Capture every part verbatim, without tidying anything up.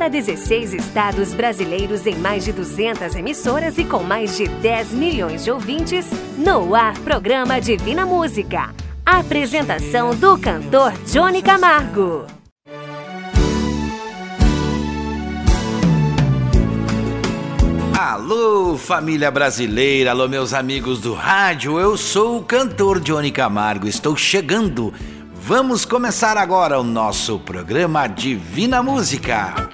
para dezesseis estados brasileiros em mais de duzentas emissoras e com mais de dez milhões de ouvintes, no ar programa Divina Música. Apresentação do cantor Johnny Camargo. Alô, família brasileira, alô, meus amigos do rádio, eu sou o cantor Johnny Camargo, estou chegando. Vamos começar agora o nosso programa Divina Música.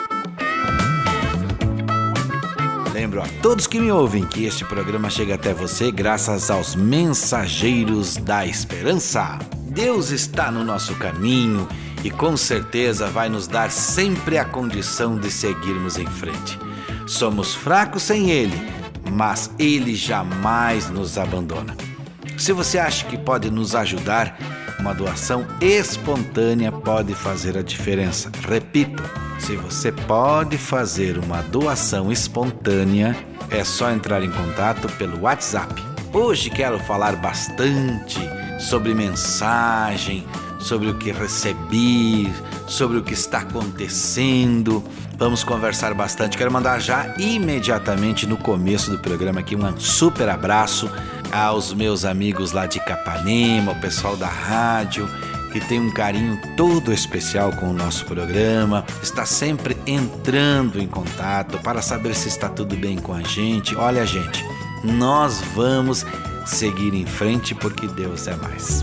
Lembro a todos que me ouvem que este programa chega até você graças aos mensageiros da esperança. Deus está no nosso caminho e com certeza vai nos dar sempre a condição de seguirmos em frente. Somos fracos sem Ele, mas Ele jamais nos abandona. Se você acha que pode nos ajudar, uma doação espontânea pode fazer a diferença. Repito, se você pode fazer uma doação espontânea, é só entrar em contato pelo WhatsApp. Hoje quero falar bastante sobre mensagem, sobre o que recebi, sobre o que está acontecendo. Vamos conversar bastante. Quero mandar já imediatamente no começo do programa aqui um super abraço aos meus amigos lá de Capanema, o pessoal da rádio, que tem um carinho todo especial com o nosso programa, está sempre entrando em contato para saber se está tudo bem com a gente. Olha, gente, nós vamos seguir em frente porque Deus é mais.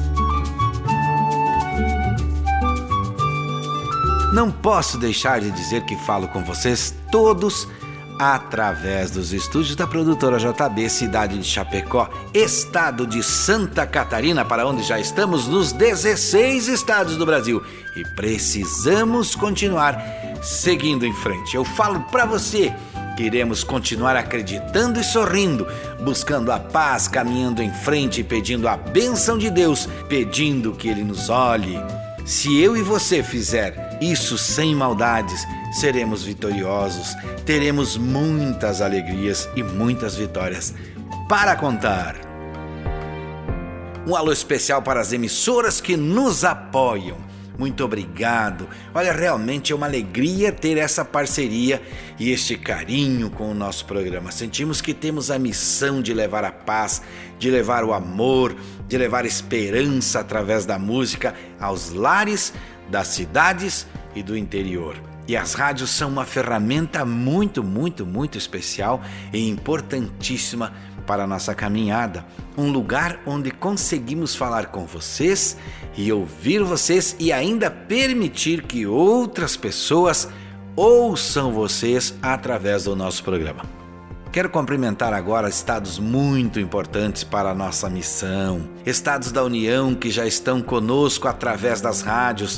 Não posso deixar de dizer que falo com vocês todos através dos estúdios da produtora J B, cidade de Chapecó, estado de Santa Catarina, para onde já estamos nos dezesseis estados do Brasil e precisamos continuar seguindo em frente. Eu falo para você que iremos continuar acreditando e sorrindo, buscando a paz, caminhando em frente e pedindo a bênção de Deus, pedindo que Ele nos olhe. Se eu e você fizer isso sem maldades, seremos vitoriosos, teremos muitas alegrias e muitas vitórias para contar. Um alô especial para as emissoras que nos apoiam. Muito obrigado. Olha, realmente é uma alegria ter essa parceria e este carinho com o nosso programa. Sentimos que temos a missão de levar a paz, de levar o amor, de levar esperança através da música aos lares das cidades e do interior. E as rádios são uma ferramenta muito, muito, muito especial e importantíssima para a nossa caminhada. Um lugar onde conseguimos falar com vocês e ouvir vocês e ainda permitir que outras pessoas ouçam vocês através do nosso programa. Quero cumprimentar agora estados muito importantes para a nossa missão. Estados da União que já estão conosco através das rádios.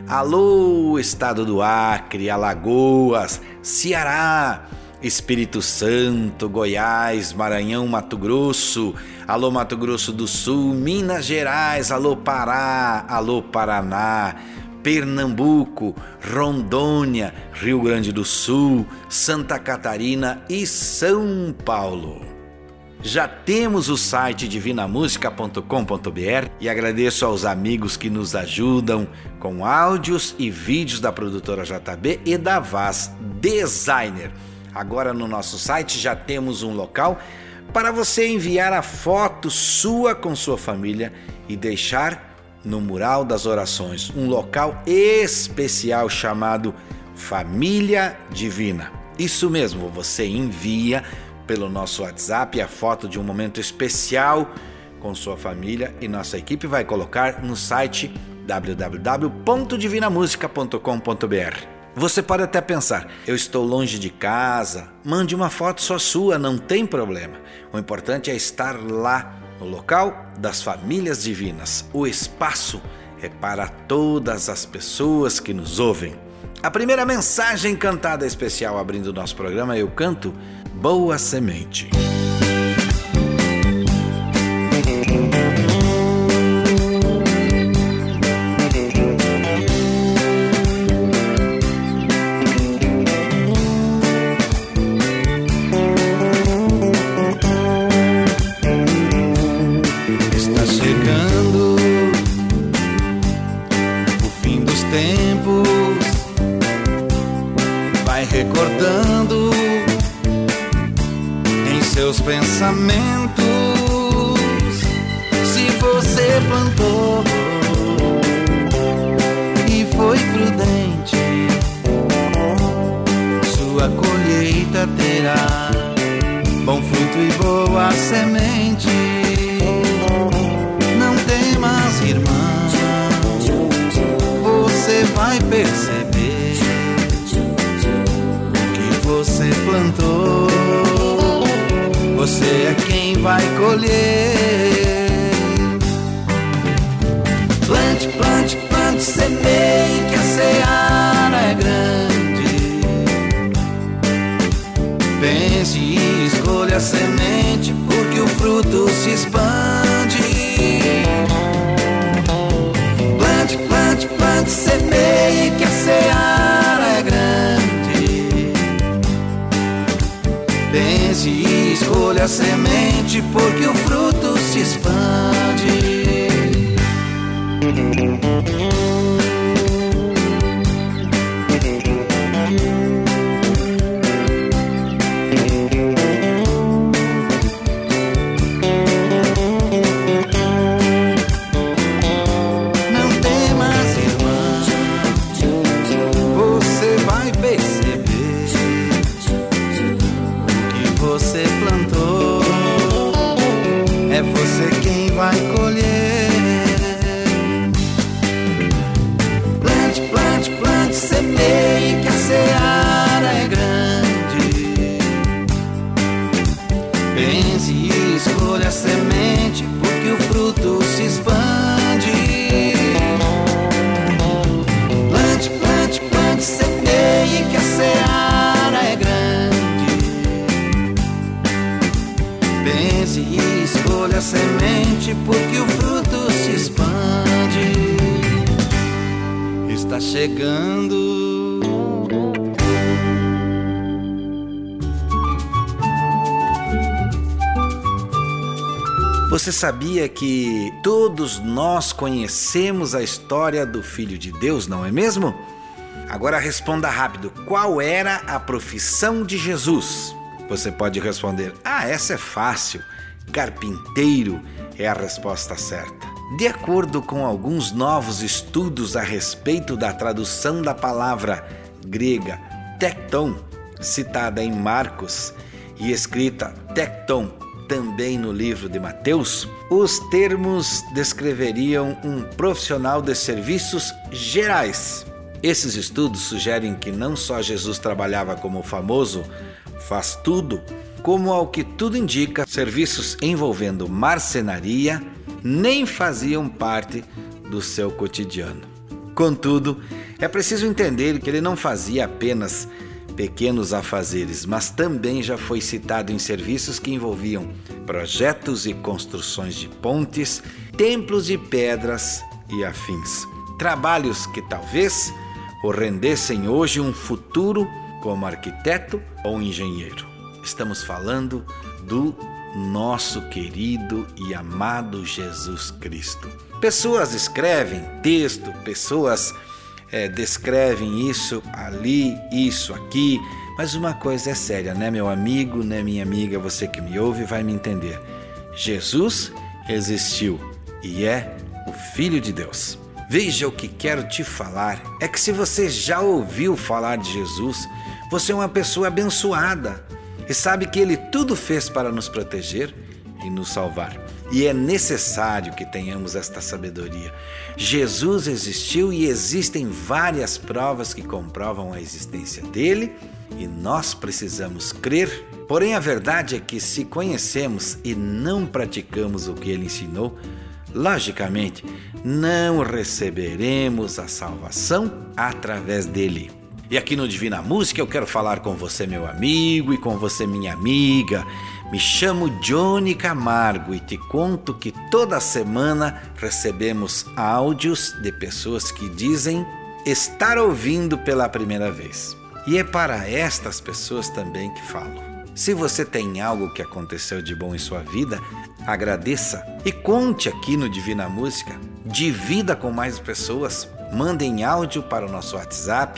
Alô, estado do Acre, Alagoas, Ceará, Espírito Santo, Goiás, Maranhão, Mato Grosso, alô Mato Grosso do Sul, Minas Gerais, alô Pará, alô Paraná, Pernambuco, Rondônia, Rio Grande do Sul, Santa Catarina e São Paulo. Já temos o site divina música ponto com ponto b r e agradeço aos amigos que nos ajudam com áudios e vídeos da produtora J B e da Vaz Designer. Agora no nosso site já temos um local para você enviar a foto sua com sua família e deixar no mural das orações, um local especial chamado Família Divina. Isso mesmo, você envia pelo nosso WhatsApp a foto de um momento especial com sua família e nossa equipe vai colocar no site w w w ponto divina música ponto com ponto b r. Você pode até pensar, eu estou longe de casa, mande uma foto só sua, não tem problema. O importante é estar lá no local das famílias divinas. O espaço é para todas as pessoas que nos ouvem. A primeira mensagem cantada especial abrindo o nosso programa, eu canto Boa Semente. Está chegando o fim dos tempos. recordando em seus pensamentos. Se você plantou e foi prudente, sua colheita terá bom fruto e boa semente. Não temas, irmã, você vai perceber que você plantou, você é quem vai colher. Plante, plante, plante, semeie, que a seara é grande. Pense e escolha a semente, porque o fruto se expande. Plante, plante, plante, semeie, que a seara é grande. Pense e escolha a semente, porque o fruto se expande. Chegando. Você sabia que todos nós conhecemos a história do Filho de Deus, não é mesmo? Agora responda rápido. Qual era a profissão de Jesus? Você pode responder: ah, essa é fácil. Carpinteiro é a resposta certa. De acordo com alguns novos estudos a respeito da tradução da palavra grega tecton, citada em Marcos e escrita tecton também no livro de Mateus, os termos descreveriam um profissional de serviços gerais. Esses estudos sugerem que não só Jesus trabalhava como o famoso faz tudo, como ao que tudo indica, serviços envolvendo marcenaria nem faziam parte do seu cotidiano. Contudo, é preciso entender que ele não fazia apenas pequenos afazeres, mas também já foi citado em serviços que envolviam projetos e construções de pontes, templos de pedras e afins. Trabalhos que talvez o rendessem hoje um futuro como arquiteto ou engenheiro. Estamos falando do nosso querido e amado Jesus Cristo. Pessoas escrevem texto, pessoas é, descrevem isso ali, isso aqui, mas uma coisa é séria, né, meu amigo, né, minha amiga, você que me ouve vai me entender. Jesus existiu e é o Filho de Deus. Veja, o que quero te falar é que se você já ouviu falar de Jesus, você é uma pessoa abençoada e sabe que Ele tudo fez para nos proteger e nos salvar. E é necessário que tenhamos esta sabedoria. Jesus existiu e existem várias provas que comprovam a existência dele e nós precisamos crer. Porém, a verdade é que se conhecemos e não praticamos o que ele ensinou, logicamente, não receberemos a salvação através dele. E aqui no Divina Música eu quero falar com você, meu amigo, e com você, minha amiga. Me chamo Johnny Camargo e te conto que toda semana recebemos áudios de pessoas que dizem estar ouvindo pela primeira vez. E é para estas pessoas também que falo. Se você tem algo que aconteceu de bom em sua vida, agradeça e conte aqui no Divina Música. Divida com mais pessoas. Mandem áudio para o nosso WhatsApp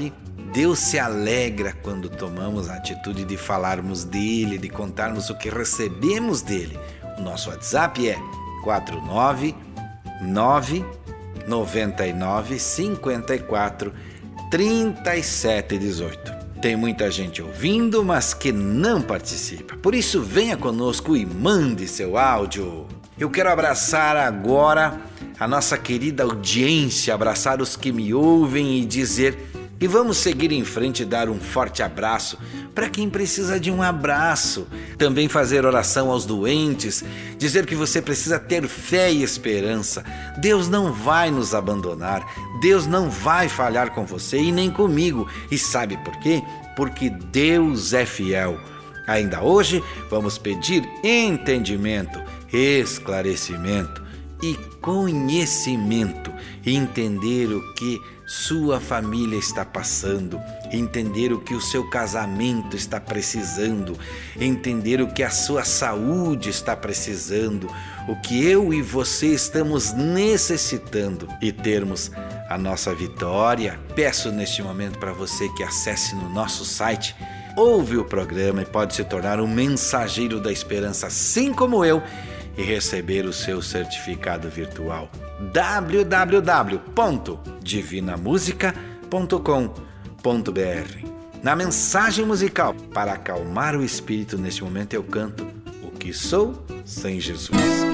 Deus se alegra quando tomamos a atitude de falarmos dele, de contarmos o que recebemos dele. O nosso WhatsApp é quatro nove nove nove nove cinco quatro três sete um oito. Tem muita gente ouvindo, mas que não participa. Por isso, venha conosco e mande seu áudio. Eu quero abraçar agora a nossa querida audiência, abraçar os que me ouvem e dizer que vamos seguir em frente e dar um forte abraço para quem precisa de um abraço. Também fazer oração aos doentes, dizer que você precisa ter fé e esperança. Deus não vai nos abandonar, Deus não vai falhar com você e nem comigo. E sabe por quê? Porque Deus é fiel. Ainda hoje vamos pedir entendimento, esclarecimento e conhecimento, e entender o que sua família está passando, entender o que o seu casamento está precisando, entender o que a sua saúde está precisando, o que eu e você estamos necessitando e termos a nossa vitória. Peço neste momento para você que acesse no nosso site, ouve o programa e pode se tornar um mensageiro da esperança, assim como eu, e receber o seu certificado virtual. w w w ponto divina música ponto com ponto b r. Na mensagem musical, para acalmar o espírito neste momento, eu canto O Que Sou Sem Jesus.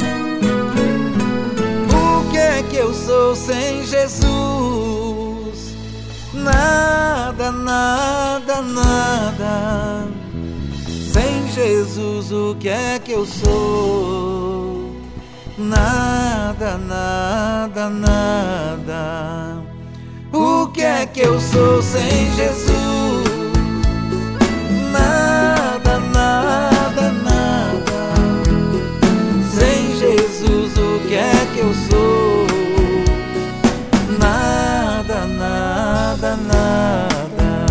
O que é que eu sou sem Jesus? Nada, nada, nada. Sem Jesus, o que é que eu sou? Nada, nada, nada. O que é que eu sou sem Jesus? Nada, nada, nada. Sem Jesus, o que é que eu sou? Nada, nada, nada.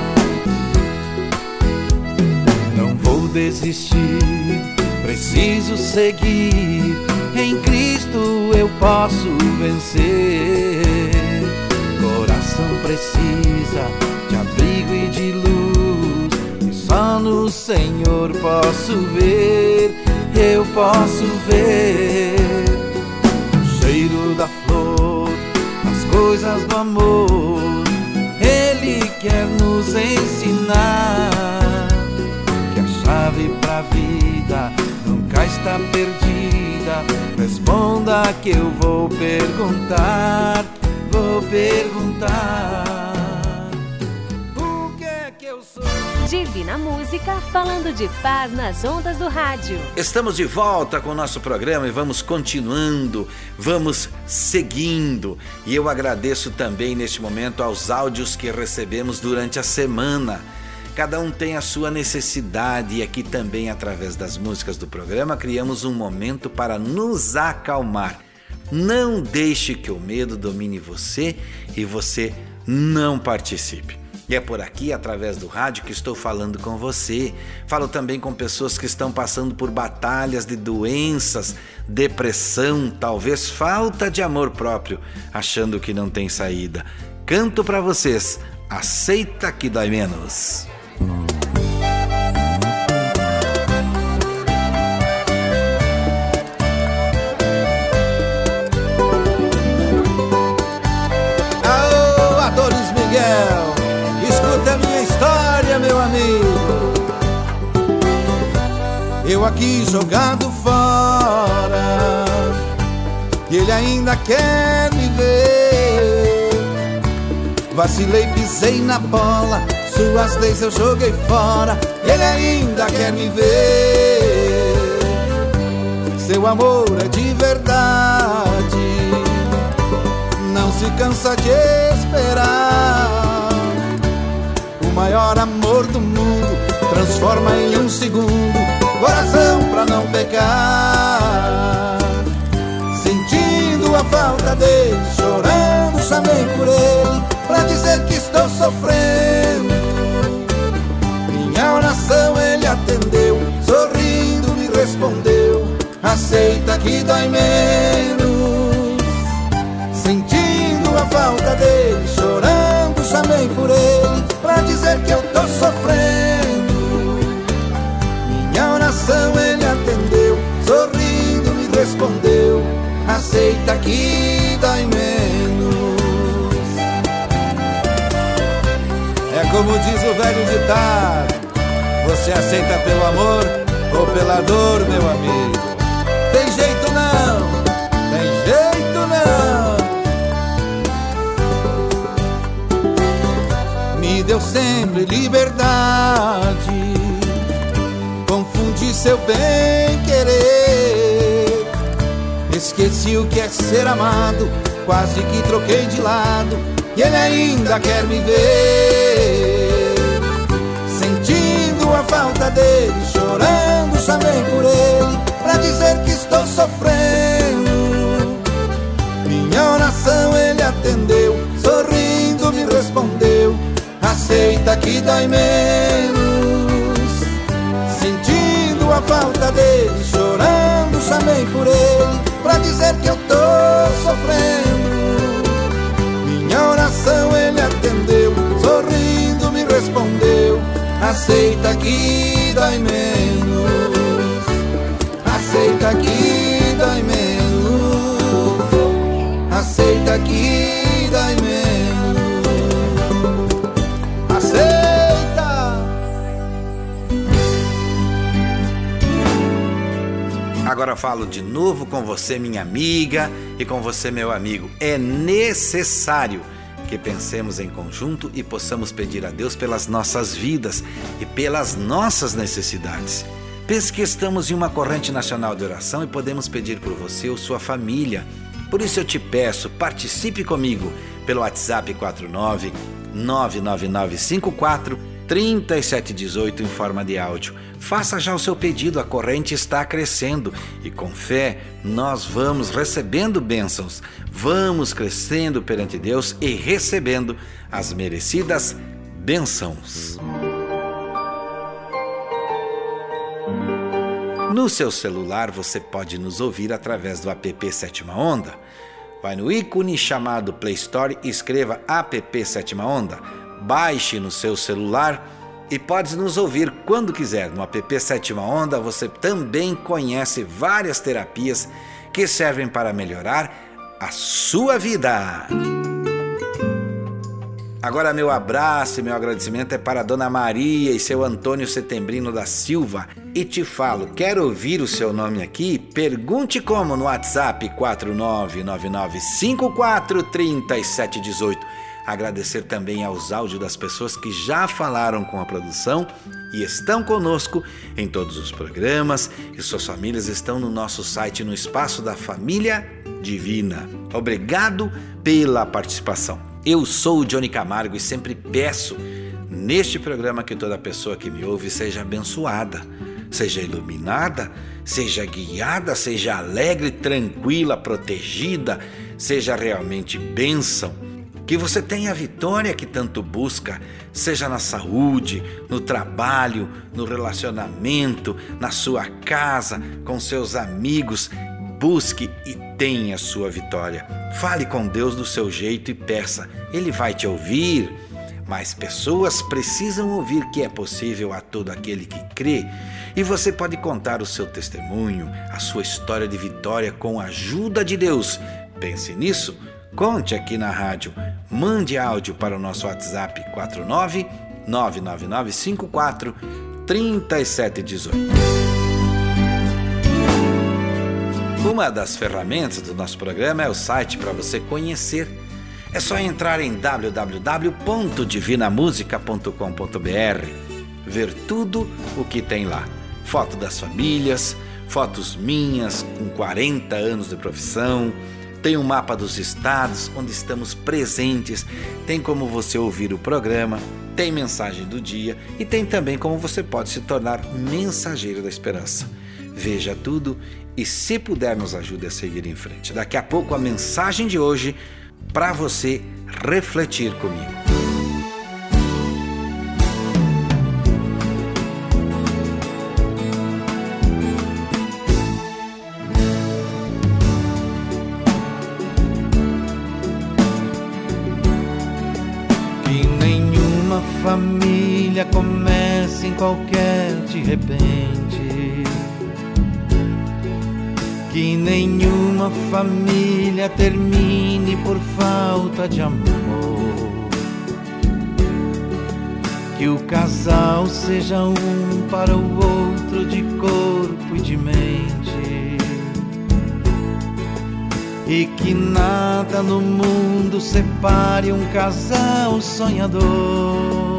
Não vou desistir, preciso seguir. Em Cristo eu posso vencer. Coração precisa de abrigo e de luz, e só no Senhor posso ver. Eu posso ver o cheiro da flor, as coisas do amor. Ele quer nos ensinar que a chave pra vida nunca está perdida. Responda que eu vou perguntar, vou perguntar. O que é que eu sou? Divina Música, falando de paz nas ondas do rádio. Estamos de volta com o nosso programa e vamos continuando, vamos seguindo. E eu agradeço também neste momento aos áudios que recebemos durante a semana. Cada um tem a sua necessidade e aqui também, através das músicas do programa, criamos um momento para nos acalmar. Não deixe que o medo domine você e você não participe. E é por aqui, através do rádio, que estou falando com você. Falo também com pessoas que estão passando por batalhas de doenças, depressão, talvez falta de amor próprio, achando que não tem saída. Canto para vocês, Aceita que Dói Menos. Alô, Adonis Miguel, escuta a minha história, meu amigo. Eu aqui jogado fora e ele ainda quer me ver. Vacilei, pisei na bola, suas leis eu joguei fora, e ele ainda quer me ver. Seu amor é de verdade, não se cansa de esperar. O maior amor do mundo transforma em um segundo coração pra não pecar. Sentindo a falta dele, chorando, chamei por ele pra dizer que estou sofrendo. Minha oração ele atendeu, sorrindo me respondeu: aceita que dói menos. Sentindo a falta dele, chorando, chamei por ele como diz o velho ditado, você aceita pelo amor ou pela dor, meu amigo? Tem jeito não, tem jeito não. Me deu sempre liberdade, confundi seu bem-querer. Esqueci o que é ser amado, quase que troquei de lado, e ele ainda quer me ver. Sentindo a falta dele, chorando, chamei por ele pra dizer que estou sofrendo. Minha oração ele atendeu, sorrindo me respondeu: aceita que dói menos. Sentindo a falta dele, chorando, chamei por ele pra dizer que eu tô sofrendo. Minha oração ele atendeu, sorrindo me respondeu: aceita que dói menos. Aceita que dói menos. Aceita que dói menos. Aceita. Agora eu falo de novo com você, minha amiga, e com você, meu amigo. É necessário que pensemos em conjunto e possamos pedir a Deus pelas nossas vidas e pelas nossas necessidades. Pense que estamos em uma corrente nacional de oração e podemos pedir por você ou sua família. Por isso eu te peço, participe comigo pelo WhatsApp quatro nove nove nove nove cinco quatro três sete um oito em forma de áudio. Faça já o seu pedido, a corrente está crescendo e com fé nós vamos recebendo bênçãos, vamos crescendo perante Deus e recebendo as merecidas bênçãos. No seu celular você pode nos ouvir através do app Sétima Onda. Vai no ícone chamado Play Store e escreva app Sétima Onda. Baixe no seu celular e pode nos ouvir quando quiser. No app Sétima Onda você também conhece várias terapias que servem para melhorar a sua vida. Agora meu abraço e meu agradecimento é para a Dona Maria e seu Antônio Setembrino da Silva. E te falo, quer ouvir o seu nome aqui? Pergunte como no WhatsApp quatro nove nove nove cinco quatro três sete um oito. Agradecer também aos áudios das pessoas que já falaram com a produção e estão conosco em todos os programas, e suas famílias estão no nosso site, no Espaço da Família Divina. Obrigado pela participação. Eu sou o Johnny Camargo e sempre peço neste programa que toda pessoa que me ouve seja abençoada, seja iluminada, seja guiada, seja alegre, tranquila, protegida, seja realmente bênção. Que você tenha a vitória que tanto busca, seja na saúde, no trabalho, no relacionamento, na sua casa, com seus amigos. Busque e tenha a sua vitória. Fale com Deus do seu jeito e peça. Ele vai te ouvir. Mas pessoas precisam ouvir que é possível a todo aquele que crê. E você pode contar o seu testemunho, a sua história de vitória com a ajuda de Deus. Pense nisso. Conte aqui na rádio, mande áudio para o nosso WhatsApp quatro nove nove nove nove cinco quatro três sete um oito. Uma das ferramentas do nosso programa é o site para você conhecer. É só entrar em w w w ponto divina música ponto com ponto b r, ver tudo o que tem lá. Foto das famílias, fotos minhas com quarenta anos de profissão. Tem um mapa dos estados onde estamos presentes, tem como você ouvir o programa, tem mensagem do dia e tem também como você pode se tornar mensageiro da esperança. Veja tudo e, se puder, nos ajude a seguir em frente. Daqui a pouco a mensagem de hoje para você refletir comigo. Família começa em qualquer de repente, que nenhuma família termine por falta de amor. Que o casal seja um para o outro de corpo e de mente, e que nada no mundo separe um casal sonhador.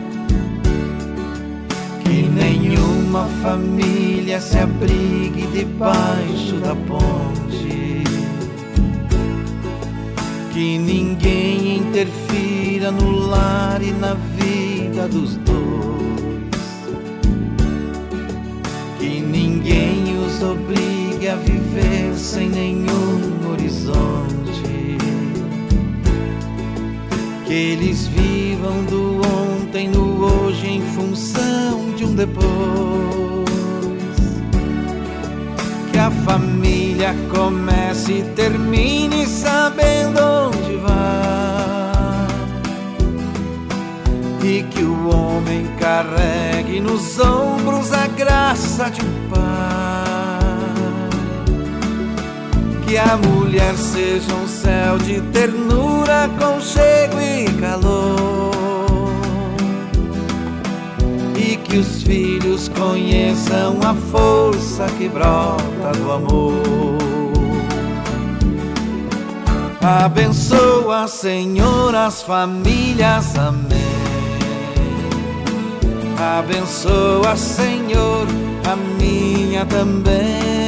Que nenhuma família se abrigue debaixo da ponte, que ninguém interfira no lar e na vida dos dois, que ninguém os obrigue a viver sem nenhum horizonte, que eles vivam do ontem no hoje em função de um depois, que a família comece e termine sabendo onde vai, e que o homem carregue nos ombros a graça de um pai, que a mulher seja um céu de ternura, aconchego e calor, e que os filhos conheçam a força que brota do amor. Abençoa, Senhor, as famílias, amém. Abençoa, Senhor, a minha também.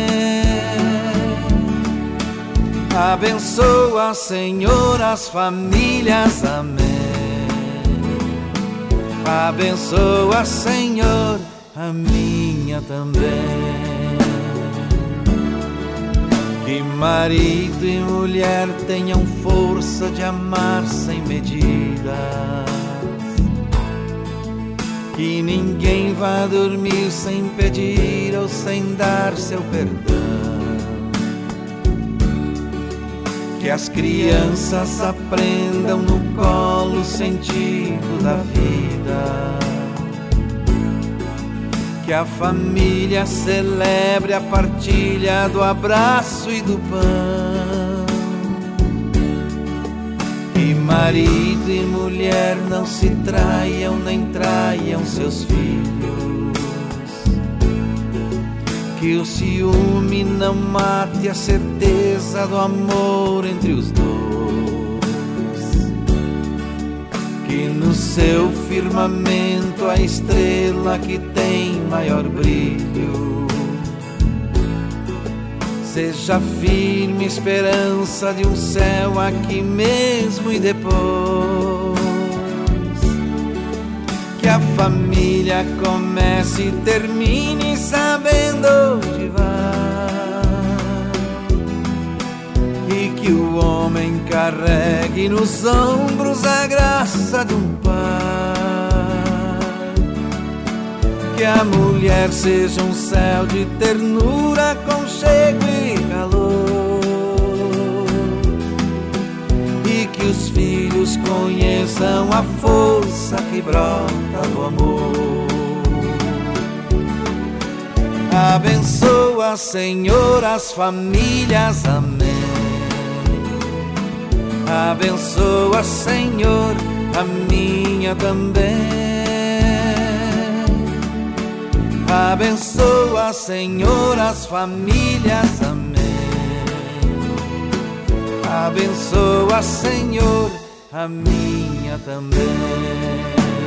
Abençoa, Senhor, as famílias, amém. Abençoa, Senhor, a minha também. Que marido e mulher tenham força de amar sem medidas, que ninguém vá dormir sem pedir ou sem dar seu perdão, que as crianças aprendam no colo o sentido da vida, que a família celebre a partilha do abraço e do pão, que marido e mulher não se traiam nem traiam seus filhos, que o ciúme não mate a certeza do amor entre os dois, que no seu firmamento a estrela que tem maior brilho seja firme esperança de um céu aqui mesmo e depois, que a família comece e termine sabendo onde vai, e que o homem carregue nos ombros a graça de um pai, que a mulher seja um céu de ternura, aconchego e calor, e que os filhos conheçam a força que brota do amor. Abençoa, Senhor, as famílias, amém. Abençoa, Senhor, a minha também. Abençoa, Senhor, as famílias, amém. Abençoa, Senhor, a minha também.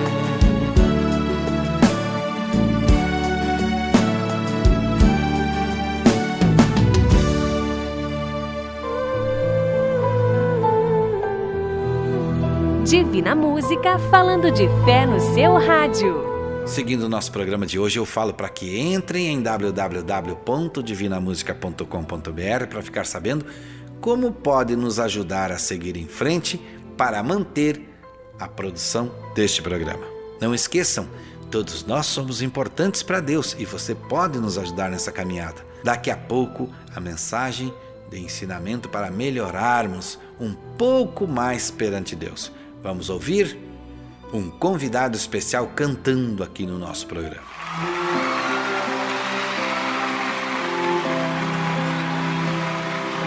Divina Música, falando de fé no seu rádio. Seguindo o nosso programa de hoje, eu falo para que entrem em w w w ponto divina música ponto com ponto b r para ficar sabendo como pode nos ajudar a seguir em frente para manter a produção deste programa. Não esqueçam, todos nós somos importantes para Deus e você pode nos ajudar nessa caminhada. Daqui a pouco, a mensagem de ensinamento para melhorarmos um pouco mais perante Deus. Vamos ouvir um convidado especial cantando aqui no nosso programa.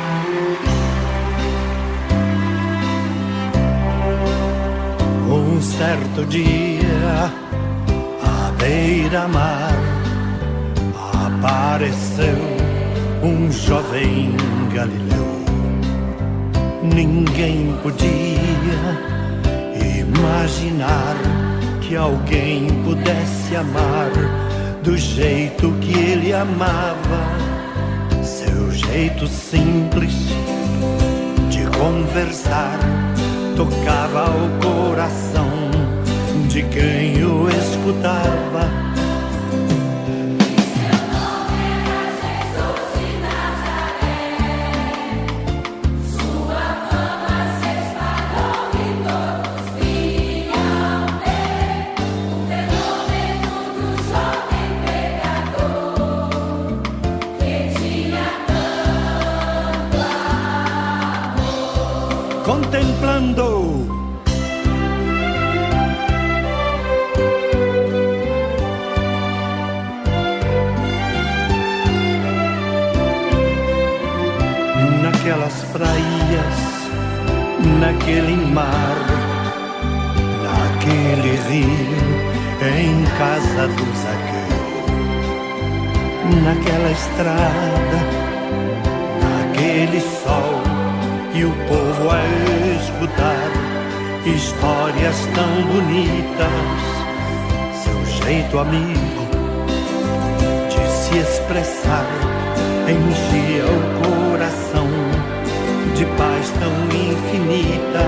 Com certo dia, à beira-mar, apareceu um jovem galileu. Ninguém podia imaginar que alguém pudesse amar do jeito que ele amava. Seu jeito simples de conversar tocava o coração de quem o escutava. Seu nome era Jesus de Nazaré. Sua fama se espalhou e todos vinham ver o fenômeno do jovem pregador que tinha tanto amor. Contemplando naquelas praias, naquele mar, naquele rio, em casa do Zaqueu, naquela estrada, naquele sol, e o povo a escutar histórias tão bonitas. Seu jeito amigo de se expressar enchia o coração de paz tão infinita.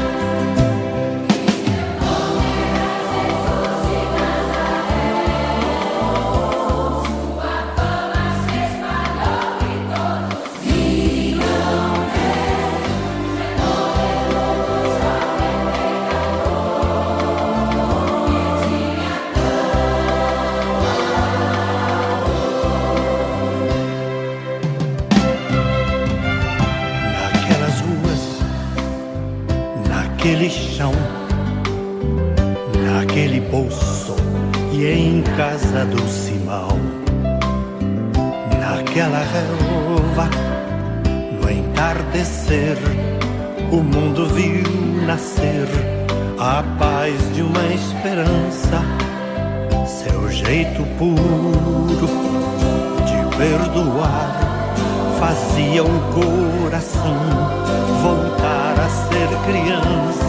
Naquele chão, naquele poço e em casa do Simão, naquela relva, no entardecer, o mundo viu nascer a paz de uma esperança. Seu jeito puro de perdoar fazia o coração voltar a ser criança.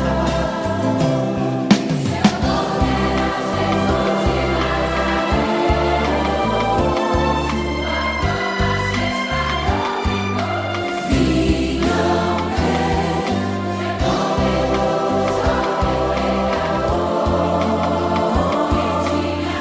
Seu nome era Jesus de Nazaré. Sua fama se espalhou e todos vinham ver o fenômeno do jovem pregador que tinha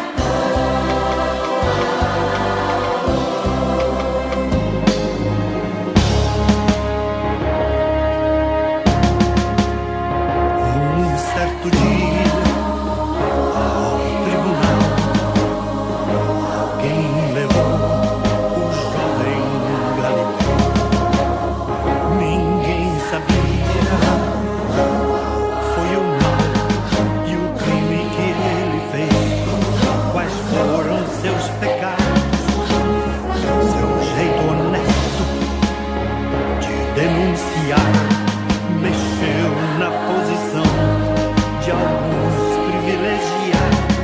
Certo dia, ao tribunal, alguém levou o jovem Galileu. Ninguém sabia qual foi o mal e o crime que ele fez, quais foram seus pecados. Seu jeito honesto de denunciar mexeu na posição de alguns privilegiados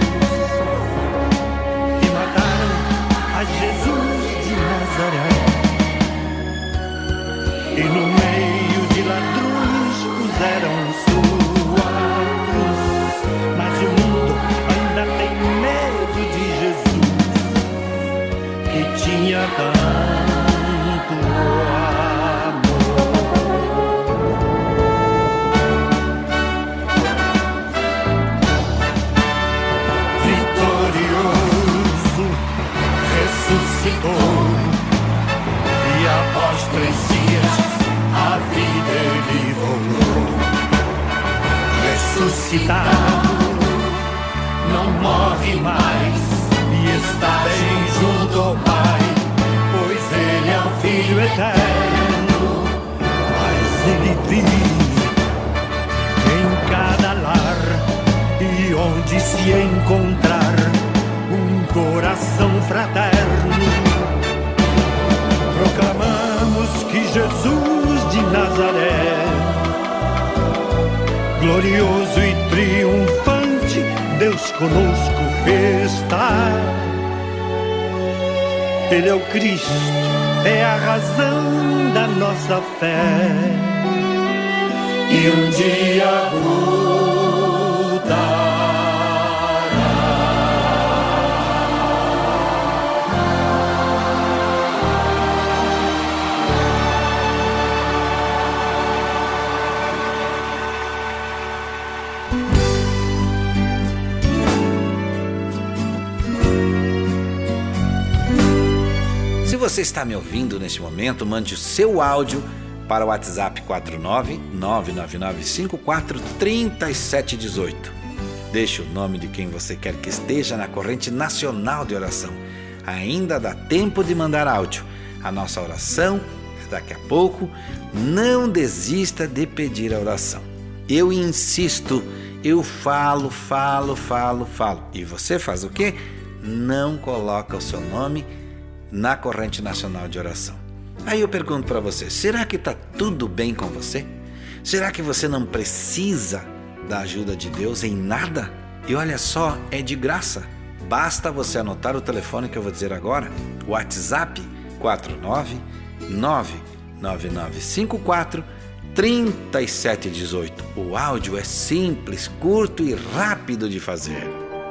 e mataram a Jesus de Nazaré. E no meio de ladrões puseram sua cruz. Mas o mundo ainda tem medo de Jesus, que tinha tanto amor. Ressuscitou e após três dias a vida ele voltou. Ressuscitado, não morre mais e está bem junto ao Pai, pois ele é o Filho eterno. Mas ele vive em cada lar e onde se encontrar um coração fraterno. Proclamamos que Jesus de Nazaré glorioso e triunfante, Deus conosco está. Ele é o Cristo, é a razão da nossa fé. E um dia voltará. Se você está me ouvindo neste momento, mande o seu áudio para o WhatsApp quatro nove nove nove nove cinco quatro três sete um oito. Deixe o nome de quem você quer que esteja na corrente nacional de oração. Ainda dá tempo de mandar áudio. A nossa oração é daqui a pouco. Não desista de pedir a oração. Eu insisto, eu falo, falo, falo, falo. E você faz o quê? Não coloca o seu nome na corrente nacional de oração. Aí eu pergunto para você, será que está tudo bem com você? Será que você não precisa da ajuda de Deus em nada? E olha só, é de graça. Basta você anotar o telefone que eu vou dizer agora, o WhatsApp quatro nove nove nove nove cinco quatro três sete um oito. O áudio é simples, curto e rápido de fazer.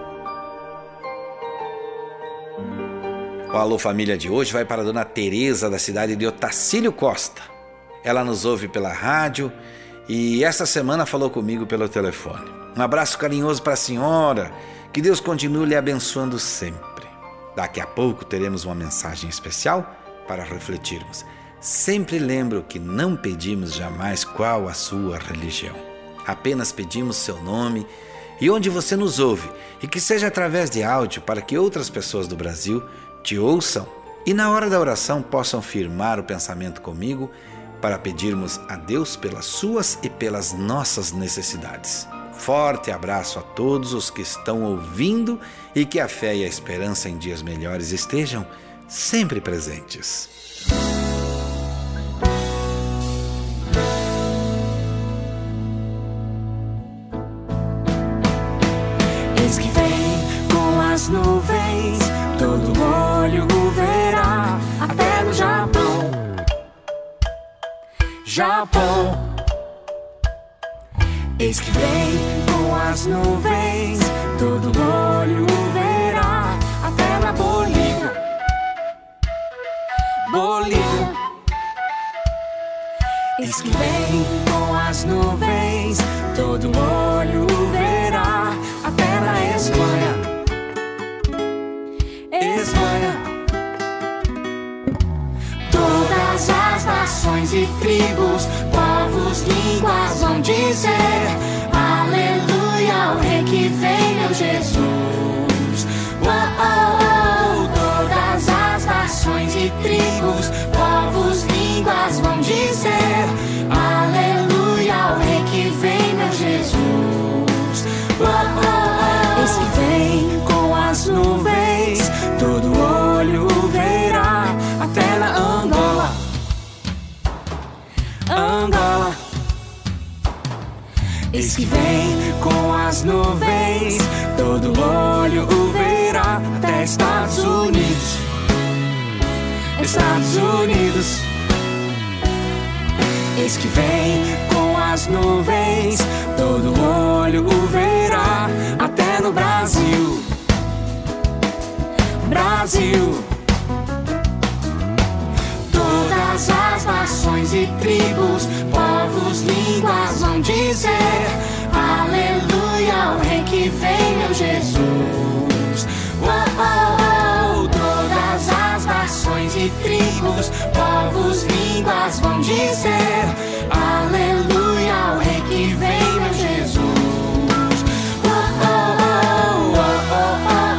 O Alô Família de hoje vai para a dona Tereza, da cidade de Otacílio Costa. Ela nos ouve pela rádio e essa semana falou comigo pelo telefone. Um abraço carinhoso para a senhora, que Deus continue lhe abençoando sempre. Daqui a pouco teremos uma mensagem especial para refletirmos. Sempre lembro que não pedimos jamais qual a sua religião. Apenas pedimos seu nome e onde você nos ouve, e que seja através de áudio para que outras pessoas do Brasil te ouçam e na hora da oração possam firmar o pensamento comigo para pedirmos a Deus pelas suas e pelas nossas necessidades. Forte abraço a todos os que estão ouvindo e que a fé e a esperança em dias melhores estejam sempre presentes. Eis que vem com as nuvens, todo olho o verá, até no Japão. Japão. Eis que vem com as nuvens, todo olho o verá, até na Bolívia. Bolívia. Eis que vem com as nuvens, todo olho o verá, até na Espanha. Espanha. Todas as nações e tribos, povos, línguas vão dizer aleluia ao Rei que vem, meu Jesus. Oh, oh, oh. Todas as nações e tribos, povos, línguas vão dizer aleluia ao Rei que vem, meu Jesus. Oh, oh, oh. Eis que vem com as nuvens, todo olho o verá, até na Angola. Angola. Eis que vem com as nuvens, todo olho o verá, até Estados Unidos. Estados Unidos. Eis que vem com as nuvens, todo olho o verá, até no Brasil. Brasil. Todas as nações e tribos, povos, línguas vão dizer aleluia ao Rei que vem, meu Jesus. Oh, oh, oh. Todas as nações e tribos, povos, línguas vão dizer aleluia ao Rei que vem, meu Jesus. Oh, oh, oh, oh, oh, oh.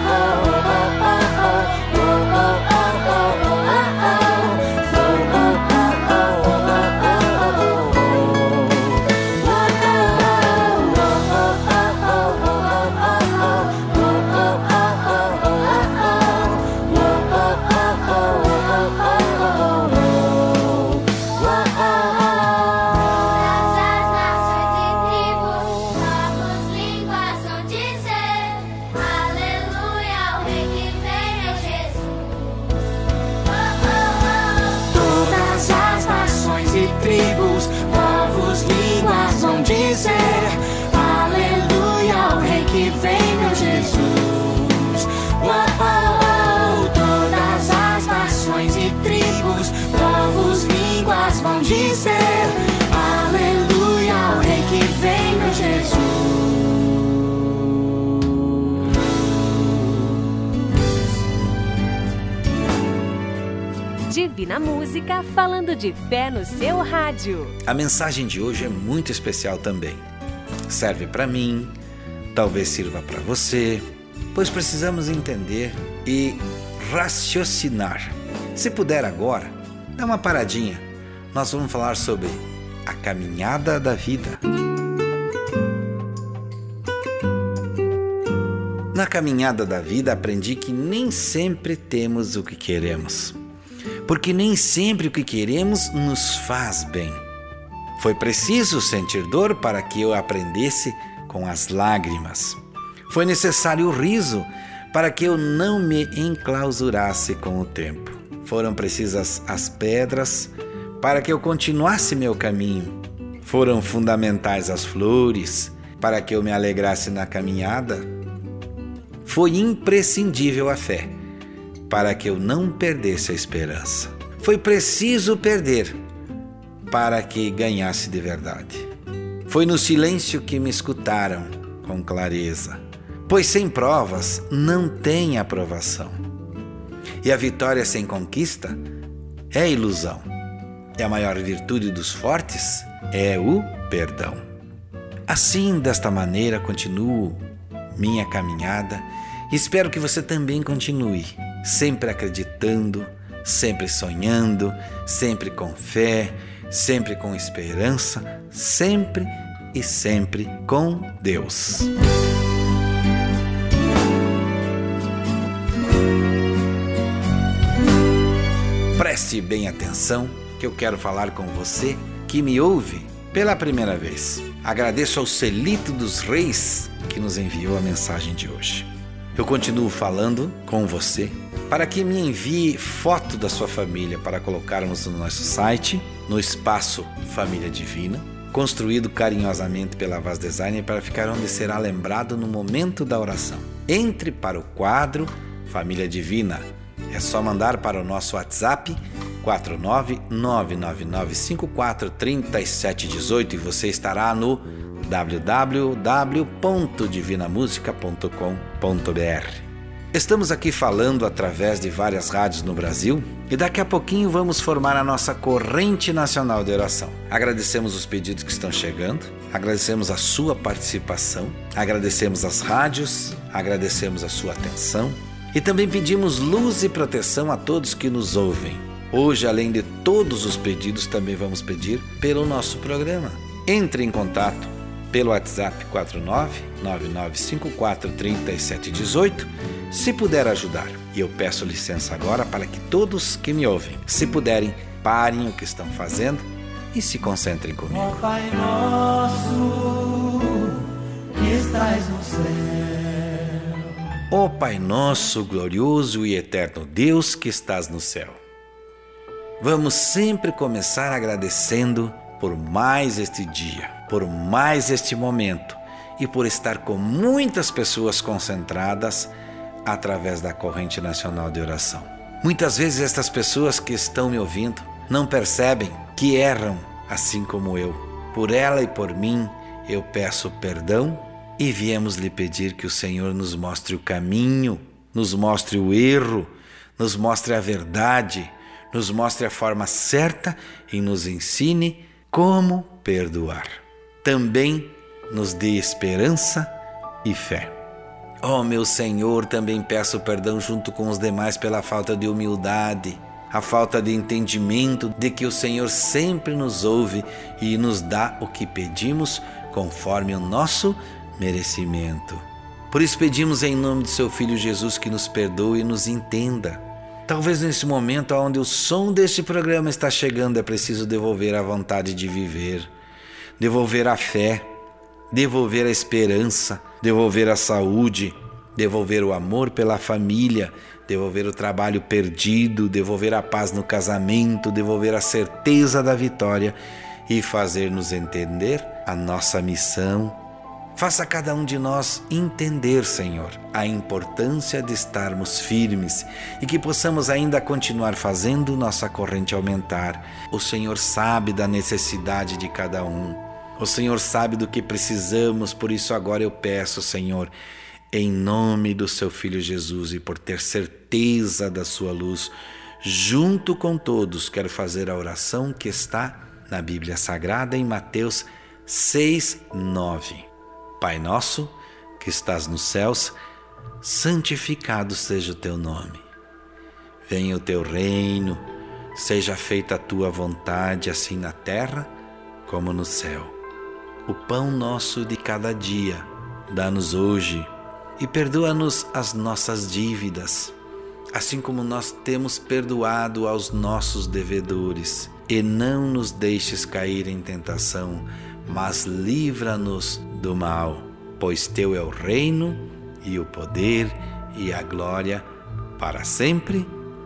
que vem, meu Jesus. Oh, oh, oh, todas as nações e tribos, povos, línguas vão dizer: aleluia, ao Rei que vem, meu Jesus. Divina Música, falando de fé no seu rádio. A mensagem de hoje é muito especial também. Serve para mim, talvez sirva para você, pois precisamos entender e raciocinar. Se puder agora, dá uma paradinha. Nós vamos falar sobre a caminhada da vida. Na caminhada da vida aprendi que nem sempre temos o que queremos, porque nem sempre o que queremos nos faz bem. Foi preciso sentir dor para que eu aprendesse com as lágrimas. Foi necessário o riso para que eu não me enclausurasse com o tempo. Foram precisas as pedras para que eu continuasse meu caminho. Foram fundamentais as flores para que eu me alegrasse na caminhada. Foi imprescindível a fé para que eu não perdesse a esperança. Foi preciso perder para que ganhasse de verdade. Foi no silêncio que me escutaram com clareza, pois sem provas não tem aprovação. E a vitória sem conquista é ilusão. E a maior virtude dos fortes é o perdão. Assim, desta maneira, continuo minha caminhada e espero que você também continue, sempre acreditando, sempre sonhando, sempre com fé, sempre com esperança, sempre e sempre com Deus. Preste bem atenção que eu quero falar com você que me ouve pela primeira vez. Agradeço ao Celito dos Reis que nos enviou a mensagem de hoje. Eu continuo falando com você para que me envie foto da sua família para colocarmos no nosso site, no espaço Família Divina, construído carinhosamente pela Vaz Designer para ficar onde será lembrado no momento da oração. Entre para o quadro Família Divina. É só mandar para o nosso WhatsApp quatro nove nove nove nove cinco quatro três sete um oito e você estará no w w w ponto divina música ponto com ponto b r. Estamos aqui falando através de várias rádios no Brasil e daqui a pouquinho vamos formar a nossa corrente nacional de oração. Agradecemos os pedidos que estão chegando, agradecemos a sua participação, agradecemos as rádios, agradecemos a sua atenção e também pedimos luz e proteção a todos que nos ouvem. Hoje, além de todos os pedidos, também vamos pedir pelo nosso programa. Entre em contato pelo WhatsApp quatro nove nove nove cinco quatro três sete um oito, se puder ajudar. E eu peço licença agora para que todos que me ouvem, se puderem, parem o que estão fazendo e se concentrem comigo. Ó Pai nosso, que estais no céu. Ó Pai nosso, glorioso e eterno Deus que estás no céu. Vamos sempre começar agradecendo por mais este dia, por mais este momento e por estar com muitas pessoas concentradas através da corrente nacional de oração. Muitas vezes estas pessoas que estão me ouvindo não percebem que erram assim como eu. Por ela e por mim eu peço perdão e viemos lhe pedir que o Senhor nos mostre o caminho, nos mostre o erro, nos mostre a verdade, nos mostre a forma certa e nos ensine como perdoar. Também nos dê esperança e fé. Ó meu Senhor, também peço perdão junto com os demais pela falta de humildade, a falta de entendimento de que o Senhor sempre nos ouve e nos dá o que pedimos conforme o nosso merecimento. Por isso pedimos em nome de seu Filho Jesus que nos perdoe e nos entenda. Talvez nesse momento onde o som deste programa está chegando é preciso devolver a vontade de viver, devolver a fé, devolver a esperança, devolver a saúde, devolver o amor pela família, devolver o trabalho perdido, devolver a paz no casamento, devolver a certeza da vitória e fazer-nos entender a nossa missão, Faça cada um de nós entender, Senhor, a importância de estarmos firmes e que possamos ainda continuar fazendo nossa corrente aumentar. O Senhor sabe da necessidade de cada um. O Senhor sabe do que precisamos, por isso agora eu peço, Senhor, em nome do Seu Filho Jesus e por ter certeza da Sua luz, junto com todos, quero fazer a oração que está na Bíblia Sagrada em Mateus seis, nove. Pai nosso, que estás nos céus, santificado seja o teu nome. Venha o teu reino, seja feita a tua vontade, assim na terra como no céu. O pão nosso de cada dia, dá-nos hoje e perdoa-nos as nossas dívidas, assim como nós temos perdoado aos nossos devedores. E não nos deixes cair em tentação, mas livra-nos do mal, pois teu é o reino e o poder e a glória para sempre.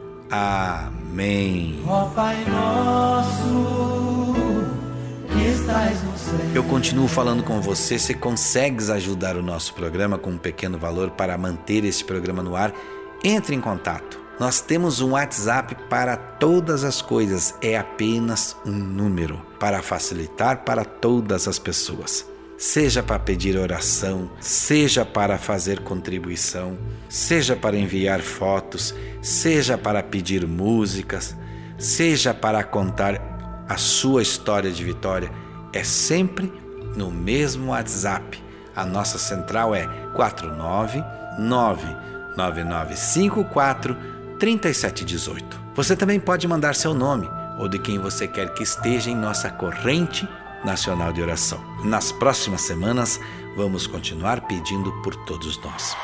Amém. Ó Pai nosso, que estais no céu. Eu continuo falando com você. Se consegues ajudar o nosso programa com um pequeno valor para manter esse programa no ar, entre em contato. Nós temos um WhatsApp para todas as coisas, é apenas um número para facilitar para todas as pessoas. Seja para pedir oração, seja para fazer contribuição, seja para enviar fotos, seja para pedir músicas, seja para contar a sua história de vitória, é sempre no mesmo WhatsApp. A nossa central é quatro nove nove nove nove cinco quatro três sete um oito. Você também pode mandar seu nome ou de quem você quer que esteja em nossa corrente nacional de oração. Nas próximas semanas, vamos continuar pedindo por todos nós.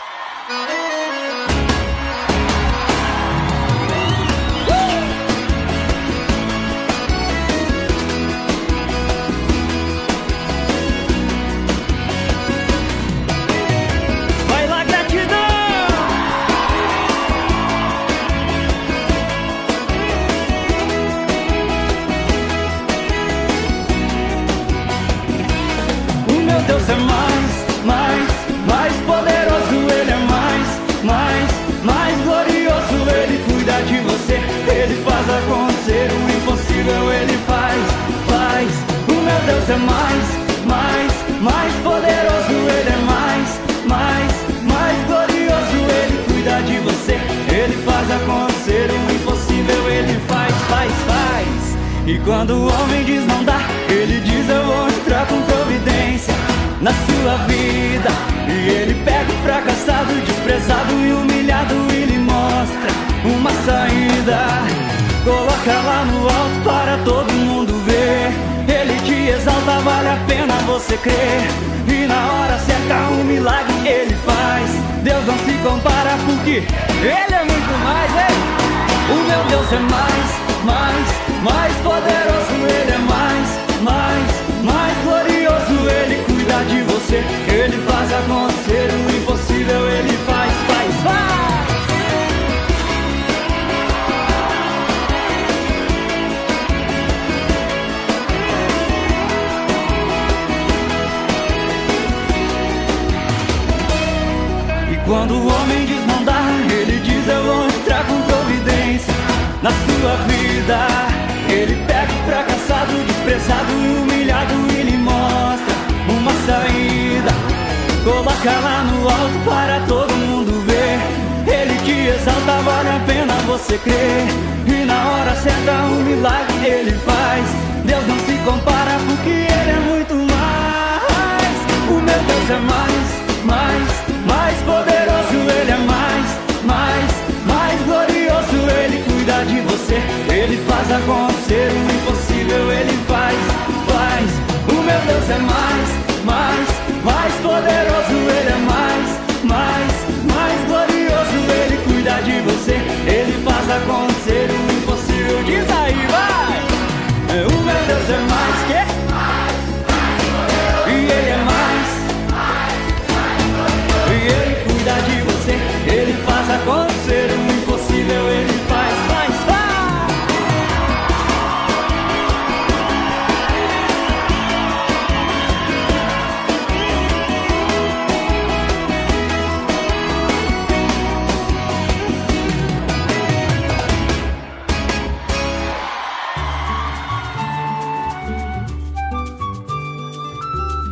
Deus é mais, mais, mais poderoso, Ele é mais, mais, mais glorioso, Ele cuida de você, Ele faz acontecer o impossível, Ele faz, faz. O meu Deus é mais, mais, mais poderoso, Ele é mais, mais, mais glorioso, Ele cuida de você, Ele faz acontecer o impossível, Ele faz, faz, faz. E quando o homem diz não dá, Ele diz eu vou entrar com providência na sua vida. E Ele pega o fracassado, desprezado e humilhado e lhe mostra uma saída. Coloca lá no alto para todo mundo ver. Ele te exalta, vale a pena você crer. E na hora certa um milagre Ele faz. Deus não se compara porque Ele é muito mais, hein? O meu Deus é mais, mais, mais poderoso. Ele é mais, mais, mais glorioso. Ele cuida de você, Ele faz acontecer o impossível, Ele faz, faz, faz. E quando o homem diz não dá, Ele diz eu vou entrar com providência na sua vida. Ele pega o fracassado, desprezado e humilhado e lhe mostra uma saída. Coloca lá no alto para todo mundo ver. Ele te exalta, vale a pena você crer. E na hora certa um milagre Ele faz. Deus não se compara porque Ele é muito mais. O meu Deus é mais, mais, mais poderoso. Ele é mais, mais, mais glorioso. Ele cuida de você, Ele faz acontecer o impossível, Ele faz, faz. O meu Deus é mais, mais, mais poderoso. Ele é mais, mais, mais glorioso. Ele cuida de você, Ele faz acontecer o impossível. Diz aí, vai! O meu Deus é mais que? E Ele é mais, e Ele cuida de você, Ele faz acontecer o impossível, Ele faz, faz, faz.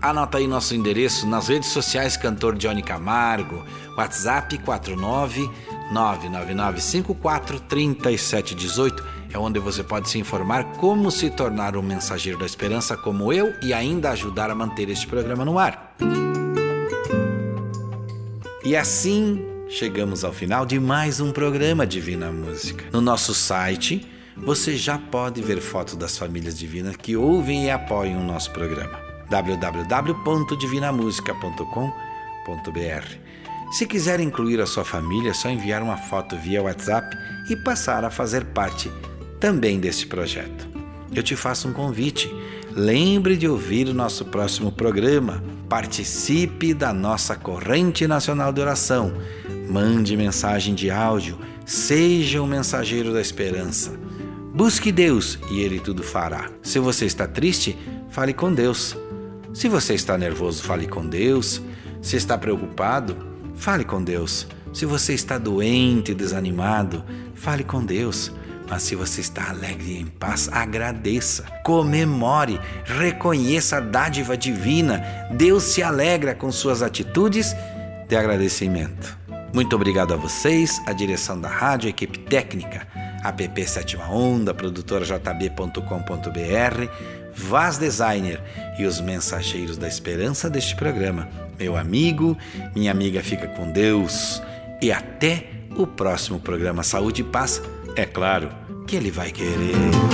Anota aí nosso endereço nas redes sociais, Cantor Johnny Camargo, WhatsApp quatro nove nove nove nove cinco quatro três sete um oito, é onde você pode se informar como se tornar um mensageiro da esperança como eu e ainda ajudar a manter este programa no ar. E assim chegamos ao final de mais um programa Divina Música. No nosso site você já pode ver fotos das famílias divinas que ouvem e apoiam o nosso programa. w w w ponto divina música ponto com ponto b r. Se quiser incluir a sua família, é só enviar uma foto via WhatsApp e passar a fazer parte também deste projeto. Eu te faço um convite. Lembre de ouvir o nosso próximo programa. Participe da nossa corrente nacional de oração. Mande mensagem de áudio. Seja um mensageiro da esperança. Busque Deus e Ele tudo fará. Se você está triste, fale com Deus. Se você está nervoso, fale com Deus. Se está preocupado, fale com Deus. Se você está doente e desanimado, fale com Deus. Mas se você está alegre e em paz, agradeça, comemore, reconheça a dádiva divina. Deus se alegra com suas atitudes de agradecimento. Muito obrigado a vocês, a direção da rádio, a equipe técnica, a app Sétima Onda, a produtora j b ponto com ponto b r, Vaz Designer e os mensageiros da esperança deste programa. Meu amigo, minha amiga, fica com Deus e até o próximo programa Saúde e Paz. É claro que Ele vai querer.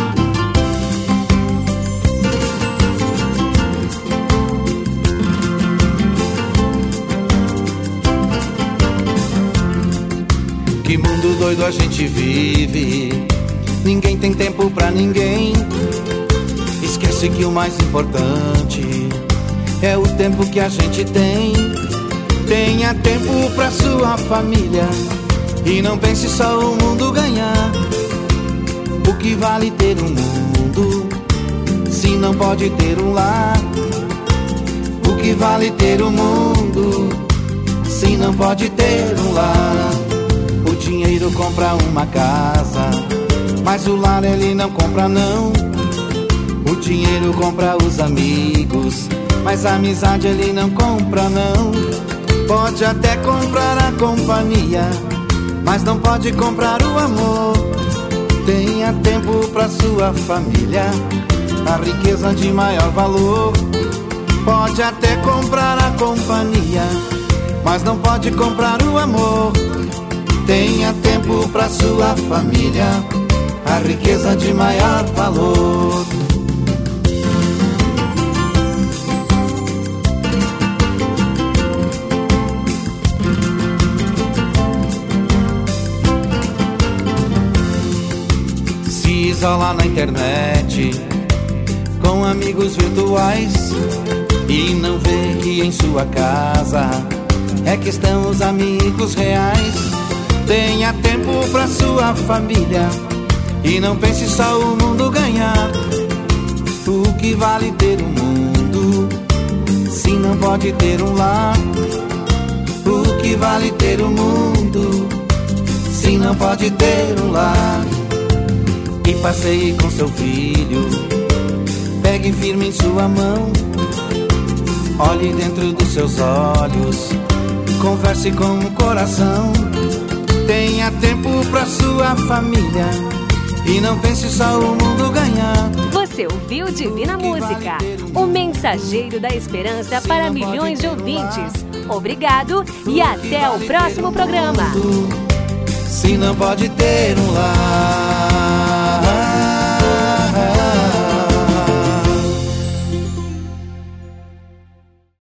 Que mundo doido a gente vive. Ninguém tem tempo pra ninguém. Esquece que o mais importante é o tempo que a gente tem. Tenha tempo pra sua família e não pense só o mundo ganhar. O que vale ter um mundo se não pode ter um lar? O que vale ter um mundo se não pode ter um lar? O dinheiro compra uma casa, mas o lar ele não compra não. O dinheiro compra os amigos, mas a amizade ele não compra não. Pode até comprar a companhia, mas não pode comprar o amor. Tenha tempo pra sua família, a riqueza de maior valor. Pode até comprar a companhia, mas não pode comprar o amor. Tenha tempo pra sua família, a riqueza de maior valor. Isolar na internet com amigos virtuais e não vê que em sua casa é que estão os amigos reais. Tenha tempo pra sua família e não pense só o mundo ganhar. O que vale ter um mundo se não pode ter um lar? O que vale ter um mundo se não pode ter um lar? E passeie com seu filho, pegue firme em sua mão, olhe dentro dos seus olhos, converse com o coração. Tenha tempo pra sua família e não pense só o mundo ganhar. Você ouviu Divina Música, o mensageiro da esperança para milhões de ouvintes. Obrigado e até o próximo programa. Se não pode ter um lar.